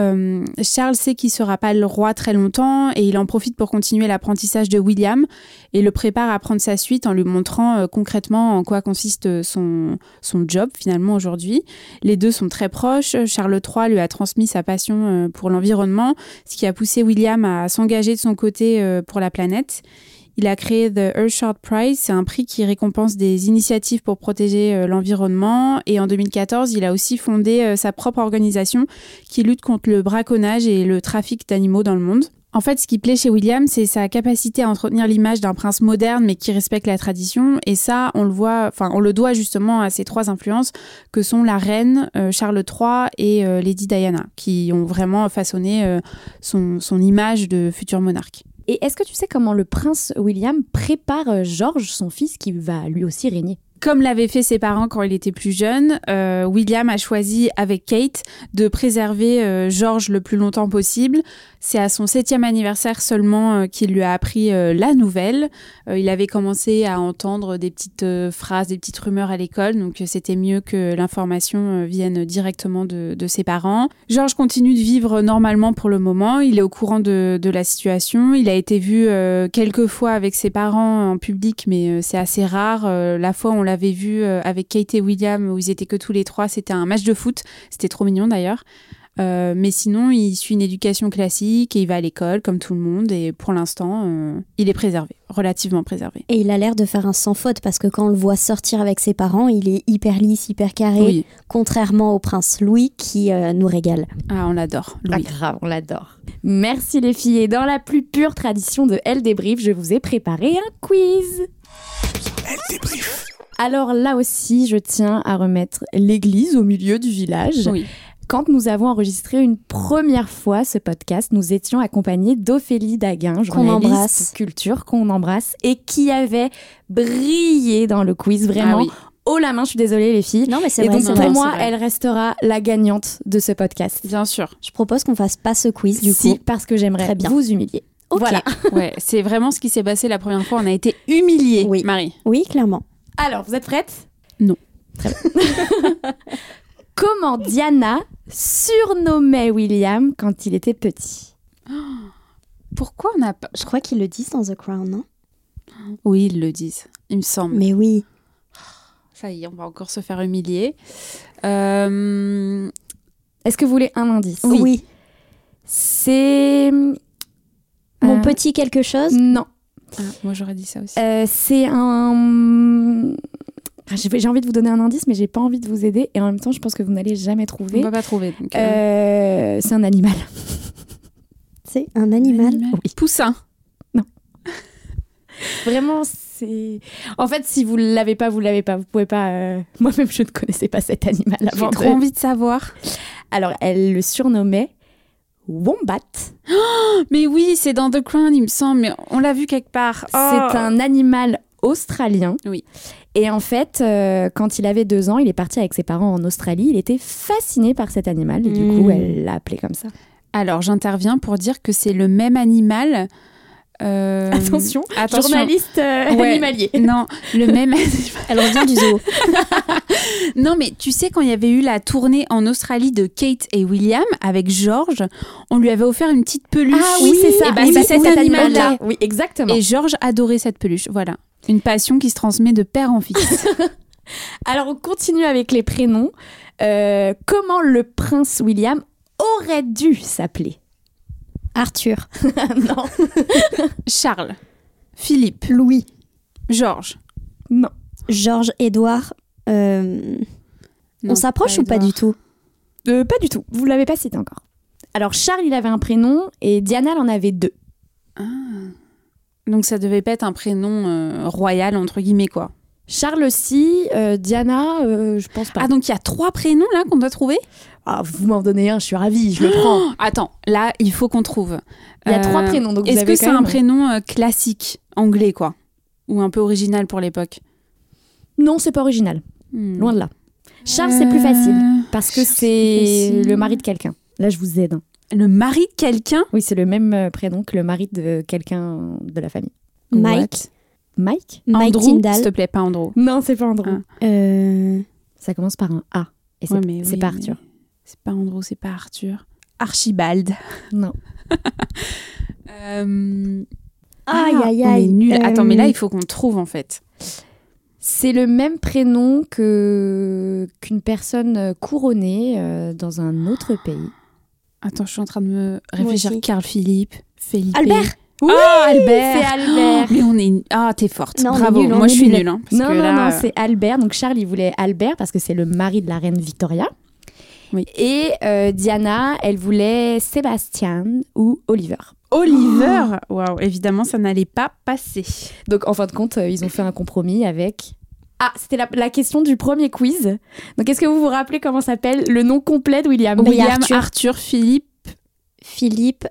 Charles sait qu'il ne sera pas le roi très longtemps et il en profite pour continuer l'apprentissage de William et le prépare à prendre sa suite en lui montrant concrètement en quoi consiste son job finalement aujourd'hui. Les deux sont très proches. Charles III lui a transmis sa passion pour l'environnement, ce qui a poussé William à s'engager de son côté pour la planète. Il a créé The Earthshot Prize, c'est un prix qui récompense des initiatives pour protéger l'environnement. Et en 2014, il a aussi fondé sa propre organisation qui lutte contre le braconnage et le trafic d'animaux dans le monde. En fait, ce qui plaît chez William, c'est sa capacité à entretenir l'image d'un prince moderne mais qui respecte la tradition. Et ça, on le doit justement à ces 3 influences que sont la reine, Charles III et Lady Diana, qui ont vraiment façonné son image de futur monarque. Et est-ce que tu sais comment le prince William prépare George, son fils, qui va lui aussi régner ? Comme l'avaient fait ses parents quand il était plus jeune, William a choisi avec Kate de préserver George le plus longtemps possible. C'est à son 7e anniversaire seulement qu'il lui a appris la nouvelle. Il avait commencé à entendre des petites phrases, des petites rumeurs à l'école, donc c'était mieux que l'information vienne directement de ses parents. George continue de vivre normalement pour le moment. Il est au courant de la situation. Il a été vu quelques fois avec ses parents en public, mais c'est assez rare. La fois où on l'avait vu avec Kate et William, où ils étaient que tous les 3, c'était un match de foot. C'était trop mignon d'ailleurs. Mais sinon, il suit une éducation classique et il va à l'école comme tout le monde. Et pour l'instant, il est préservé, relativement préservé. Et il a l'air de faire un sans faute parce que quand on le voit sortir avec ses parents, il est hyper lisse, hyper carré. Oui. Contrairement au prince Louis qui nous régale. Ah, on l'adore, Louis. Ah, grave, on l'adore. Merci les filles. Et dans la plus pure tradition de Elle Débrief, je vous ai préparé un quiz. Elle Débrief. Alors là aussi, je tiens à remettre l'église au milieu du village. Oui. Quand nous avons enregistré une première fois ce podcast, nous étions accompagnés d'Ophélie Daguin, journaliste culture, qu'on embrasse, et qui avait brillé dans le quiz, vraiment. Ah oui. Haut la main, je suis désolée les filles. Non mais c'est et vrai. Et donc pour moi, elle restera la gagnante de ce podcast. Bien sûr. Je propose qu'on fasse pas ce quiz du coup. Si, parce que j'aimerais vous humilier. Okay. Voilà. Ouais, c'est vraiment ce qui s'est passé la première fois. On a été humiliés, oui. Marie. Oui, clairement. Alors, vous êtes prêtes ? Non. Très bien. Comment Diana surnommait William quand il était petit ? Pourquoi on n'a pas... Je crois qu'ils le disent dans The Crown, non ? Oui, ils le disent, il me semble. Mais oui. Ça y est, on va encore se faire humilier. Est-ce que vous voulez un indice ? Oui. C'est... Mon petit quelque chose ? Non. Ah, moi, j'aurais dit ça aussi. C'est un... J'ai envie de vous donner un indice, mais j'ai pas envie de vous aider. Et en même temps, je pense que vous n'allez jamais trouver. On va pas trouver. Donc, c'est un animal. C'est un animal ? Oui. Poussin. Non. Vraiment, c'est... En fait, si vous l'avez pas, vous l'avez pas. Vous pouvez pas... Moi-même, je ne connaissais pas cet animal avant. J'ai trop envie de savoir. Alors, elle le surnommait Wombat. Oh, mais oui, c'est dans The Crown, il me semble. Mais on l'a vu quelque part. Oh. C'est un animal australien. Oui. Et en fait, quand il avait 2 ans, il est parti avec ses parents en Australie. Il était fasciné par cet animal et du coup, elle l'a appelé comme ça. Alors, j'interviens pour dire que c'est le même animal. Attention, journaliste animalier. Non, le même animal. Elle revient du zoo. Non, mais tu sais, quand il y avait eu la tournée en Australie de Kate et William avec George, on lui avait offert une petite peluche. Ah oui, c'est ça. Et bah, c'est cet animal-là. Oui, exactement. Et George adorait cette peluche. Voilà. Une passion qui se transmet de père en fils. Alors, on continue avec les prénoms. Comment le prince William aurait dû s'appeler? Arthur. Non. Charles. Philippe. Louis. George. Non. Georges, Édouard. On s'approche ou pas du tout? Pas du tout. Vous l'avez pas cité encore. Alors, Charles, il avait un prénom et Diana, elle en avait 2. Ah. Donc, ça devait pas être un prénom royal, entre guillemets, quoi. Charles aussi, Diana, je pense pas. Ah, donc il y a 3 prénoms, là, qu'on doit trouver? Ah, vous m'en donnez un, je suis ravie, je le prends. Attends, là, il faut qu'on trouve. Il y a 3 prénoms, donc vous est-ce avez que c'est un prénom classique, anglais, quoi? Ou un peu original pour l'époque? Non, c'est pas original. Loin de là. Charles, c'est plus facile, parce que c'est le mari de quelqu'un. Là, je vous aide. Le mari de quelqu'un? Oui, c'est le même prénom que le mari de quelqu'un de la famille. Mike. Mike? Mike Andrew, Tyndall. s'il te plaît, pas Andrew. Non, c'est pas Andrew. Ça commence par un A. Et c'est pas Arthur. C'est pas Andrew, c'est pas Arthur. Archibald. Non. Aïe, On est nuls. Attends, mais là, il faut qu'on trouve, en fait. C'est le même prénom qu'une personne couronnée dans un autre pays. Attends, je suis en train de me réfléchir. Carl Philippe, Felipe. Albert. Oui, Albert. C'est Albert. Mais on est... Ah, t'es forte. Non, bravo. nul, moi, je suis nulle. Hein, parce que là, non, c'est Albert. Donc Charles, il voulait Albert parce que c'est le mari de la reine Victoria. Oui. Et Diana, elle voulait Sébastien ou Oliver. Oliver. Waouh, évidemment, ça n'allait pas passer. Donc en fin de compte, ils ont fait un compromis avec... Ah, c'était la question du premier quiz. Donc est-ce que vous vous rappelez comment s'appelle le nom complet de William? William Arthur Philippe. Philippe.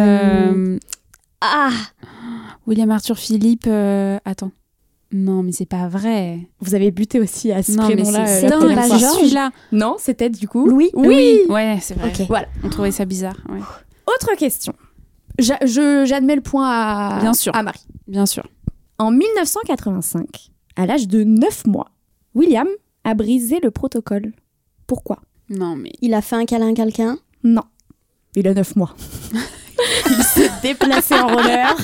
William Arthur Philippe. Attends. Non, mais c'est pas vrai. Vous avez buté aussi à ce non, prénom-là. Mais c'est la première fois. celui-là. Non, c'était du coup... Louis. Oui. Ouais, c'est vrai. Ok. Voilà. On trouvait ça bizarre. Ouais. Autre question. J'admets le point Bien sûr. à Marie. Bien sûr. En 1985, à l'âge de 9 mois, William a brisé le protocole. Pourquoi? Non, mais... Il a fait un câlin à quelqu'un? Non. Il a 9 mois. Il s'est déplacé en roller.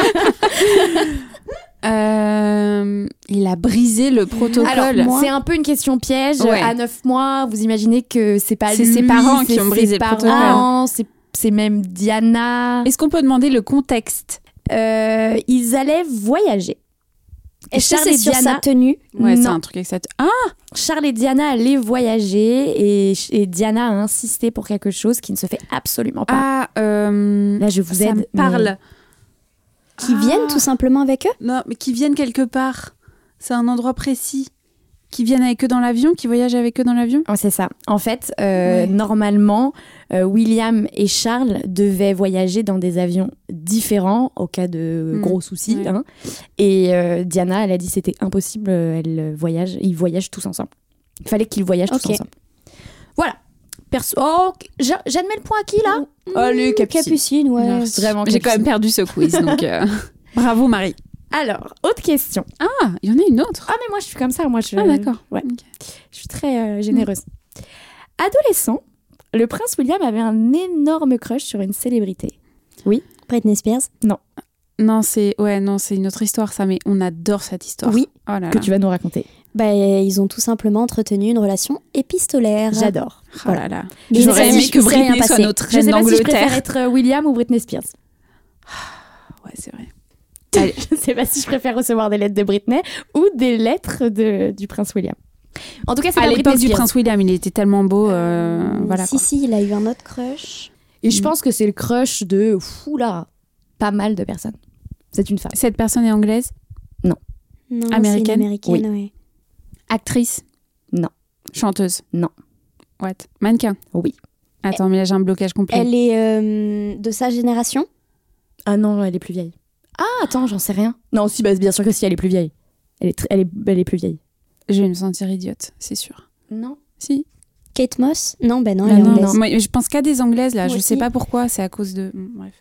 Il a brisé le protocole. Alors, c'est un peu une question piège. Ouais. À 9 mois, vous imaginez que c'est pas C'est lui, ses parents c'est qui ont brisé ses le parents, c'est même Diana. Est-ce qu'on peut demander le contexte? Ils allaient voyager. Est-ce que Charles c'est et sur Diana- sa tenue? Ouais, c'est Non. un truc avec cette... Charles et Diana allaient voyager et Diana a insisté pour quelque chose qui ne se fait absolument pas. Là, je vous ça aide. me parle. mais- Qui viennent tout simplement avec eux? Non, mais qui viennent quelque part. C'est un endroit précis. Qui viennent avec eux dans l'avion, qui voyagent avec eux dans l'avion. Oh, c'est ça. En fait, normalement, William et Charles devaient voyager dans des avions différents au cas de gros soucis. Ouais. Hein. Et Diana, elle a dit que c'était impossible. Ils voyagent tous ensemble. Il fallait qu'ils voyagent tous ensemble. Voilà. J'admets le point à qui, là? Allez, Capucine, ouais. Merci. Vraiment, J'ai quand même perdu ce quiz, donc bravo Marie. Alors, autre question. Ah, il y en a une autre. Ah, mais moi, je suis comme ça. Moi, Ah, d'accord. Ouais. Ok. Je suis très généreuse. Adolescent, le prince William avait un énorme crush sur une célébrité. Britney Spears? Non, c'est une autre histoire ça, mais on adore cette histoire. Oui. Oh là là. Que tu vas nous raconter. Bah, ils ont tout simplement entretenu une relation épistolaire. J'adore. Oh là là. Mais J'aurais je sais aimé pas que si je sais rien Britney soit passer. notre Je reine sais pas si je préfère d'Angleterre. être William ou Britney Spears. Ouais, c'est vrai. Je sais pas si je préfère recevoir des lettres de Britney ou des lettres du prince William. En tout cas, c'est À pas l'époque Britney du Spears. prince William, il était tellement beau. Voilà. Si, Quoi. si, il a eu un autre crush. Et je pense que c'est le crush de pas mal de personnes. C'est une femme. Cette personne est anglaise? Non, Américaine? c'est une américaine, ouais. Actrice? Non. Chanteuse? Non. What? Mannequin? Oui. Attends, mais là j'ai un blocage complet. Elle est de sa génération? Ah non, elle est plus vieille. Ah, attends, j'en sais rien. Non, si, bah, bien sûr que si, elle est plus vieille. Elle est plus vieille. Je vais me sentir idiote, c'est sûr. Non. Si. Kate Moss? Non, elle est anglaise. Moi, je pense qu'à des anglaises, là. Moi je aussi. sais pas pourquoi, c'est à cause de... Bref.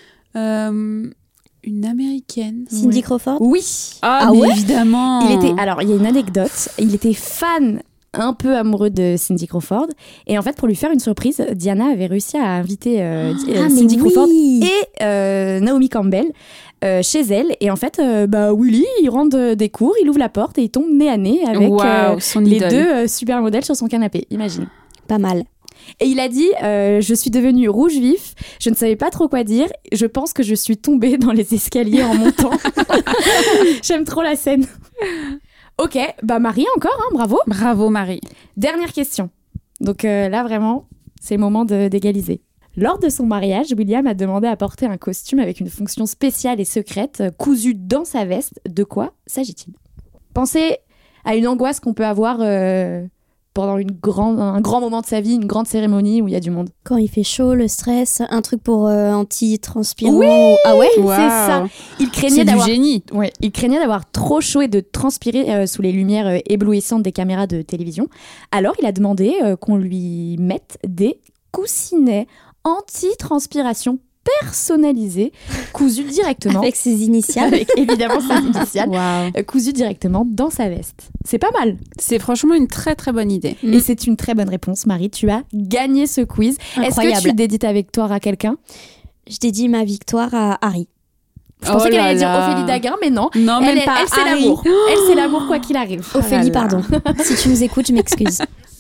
Une américaine. Cindy Crawford? Oui. Ah, ouais évidemment. Alors, il y a une anecdote. Il était fan, un peu amoureux de Cindy Crawford. Et en fait, pour lui faire une surprise, Diana avait réussi à inviter Cindy Crawford et Naomi Campbell chez elle. Et en fait, Willy, il rentre des cours, il ouvre la porte et il tombe nez à nez avec son les idole. deux supermodèles sur son canapé. Imagine. Pas mal. Et il a dit je suis devenue rouge vif, je ne savais pas trop quoi dire, je pense que je suis tombée dans les escaliers en montant. J'aime trop la scène. Ok, Marie encore, bravo. Bravo Marie. Dernière question. Donc là vraiment, c'est le moment d'égaliser. Lors de son mariage, William a demandé à porter un costume avec une fonction spéciale et secrète, cousu dans sa veste. De quoi s'agit-il? Pensez à une angoisse qu'on peut avoir pendant un grand moment de sa vie, une grande cérémonie où il y a du monde. Quand il fait chaud, le stress, un truc pour anti-transpirant. Oui, ah ouais, wow. C'est ça. Il craignait C'est du d'avoir génie. Ouais, il craignait d'avoir trop chaud et de transpirer sous les lumières éblouissantes des caméras de télévision. Alors, il a demandé qu'on lui mette des coussinets anti-transpiration personnalisés, cousus directement. Avec ses initiales. Avec évidemment ses initiales. Wow. Cousus directement dans sa veste. C'est pas mal. C'est franchement une très très bonne idée. Et c'est une très bonne réponse, Marie. Tu as gagné ce quiz. Incroyable. Est-ce que tu dédies ta victoire à quelqu'un? Je dédie ma victoire à Harry. Je pensais qu'elle allait dire Ophélie Daguin, mais non. Non, même pas. Elle, c'est Harry. l'amour. Elle, c'est l'amour quoi qu'il arrive. Ophélie, pardon. Si tu nous écoutes, je m'excuse.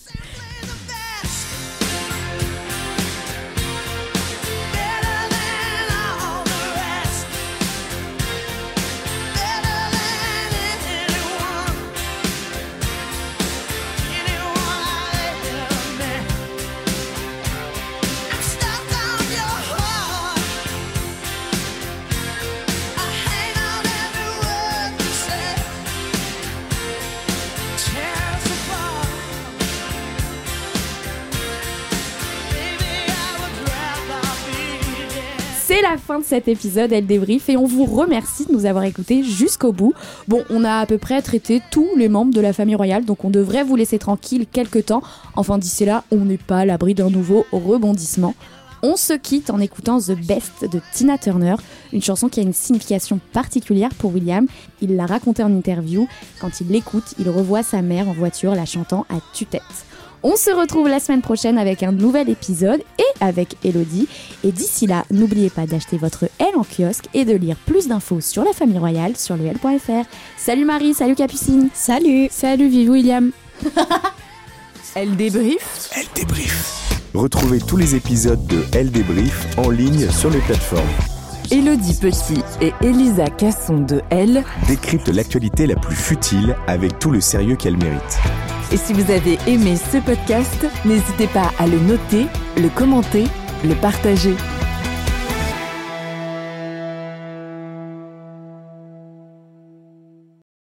C'est la fin de cet épisode, Elle débrief, et on vous remercie de nous avoir écoutés jusqu'au bout. Bon, on a à peu près traité tous les membres de la famille royale, donc on devrait vous laisser tranquille quelques temps. Enfin, d'ici là, on n'est pas à l'abri d'un nouveau rebondissement. On se quitte en écoutant The Best de Tina Turner, une chanson qui a une signification particulière pour William. Il l'a raconté en interview. Quand il l'écoute, il revoit sa mère en voiture la chantant à tue-tête. On se retrouve la semaine prochaine avec un nouvel épisode et avec Elodie. Et d'ici là, n'oubliez pas d'acheter votre L en kiosque et de lire plus d'infos sur la famille royale sur le L.fr. Salut Marie, salut Capucine. Salut. Salut, vive William. Elle débrief. Elle débrief. Retrouvez tous les épisodes de Elle débrief en ligne sur les plateformes. Élodie Petit et Elisa Casson de Elle Décryptent l'actualité la plus futile avec tout le sérieux qu'elle mérite. Et si vous avez aimé ce podcast, n'hésitez pas à le noter, le commenter, le partager.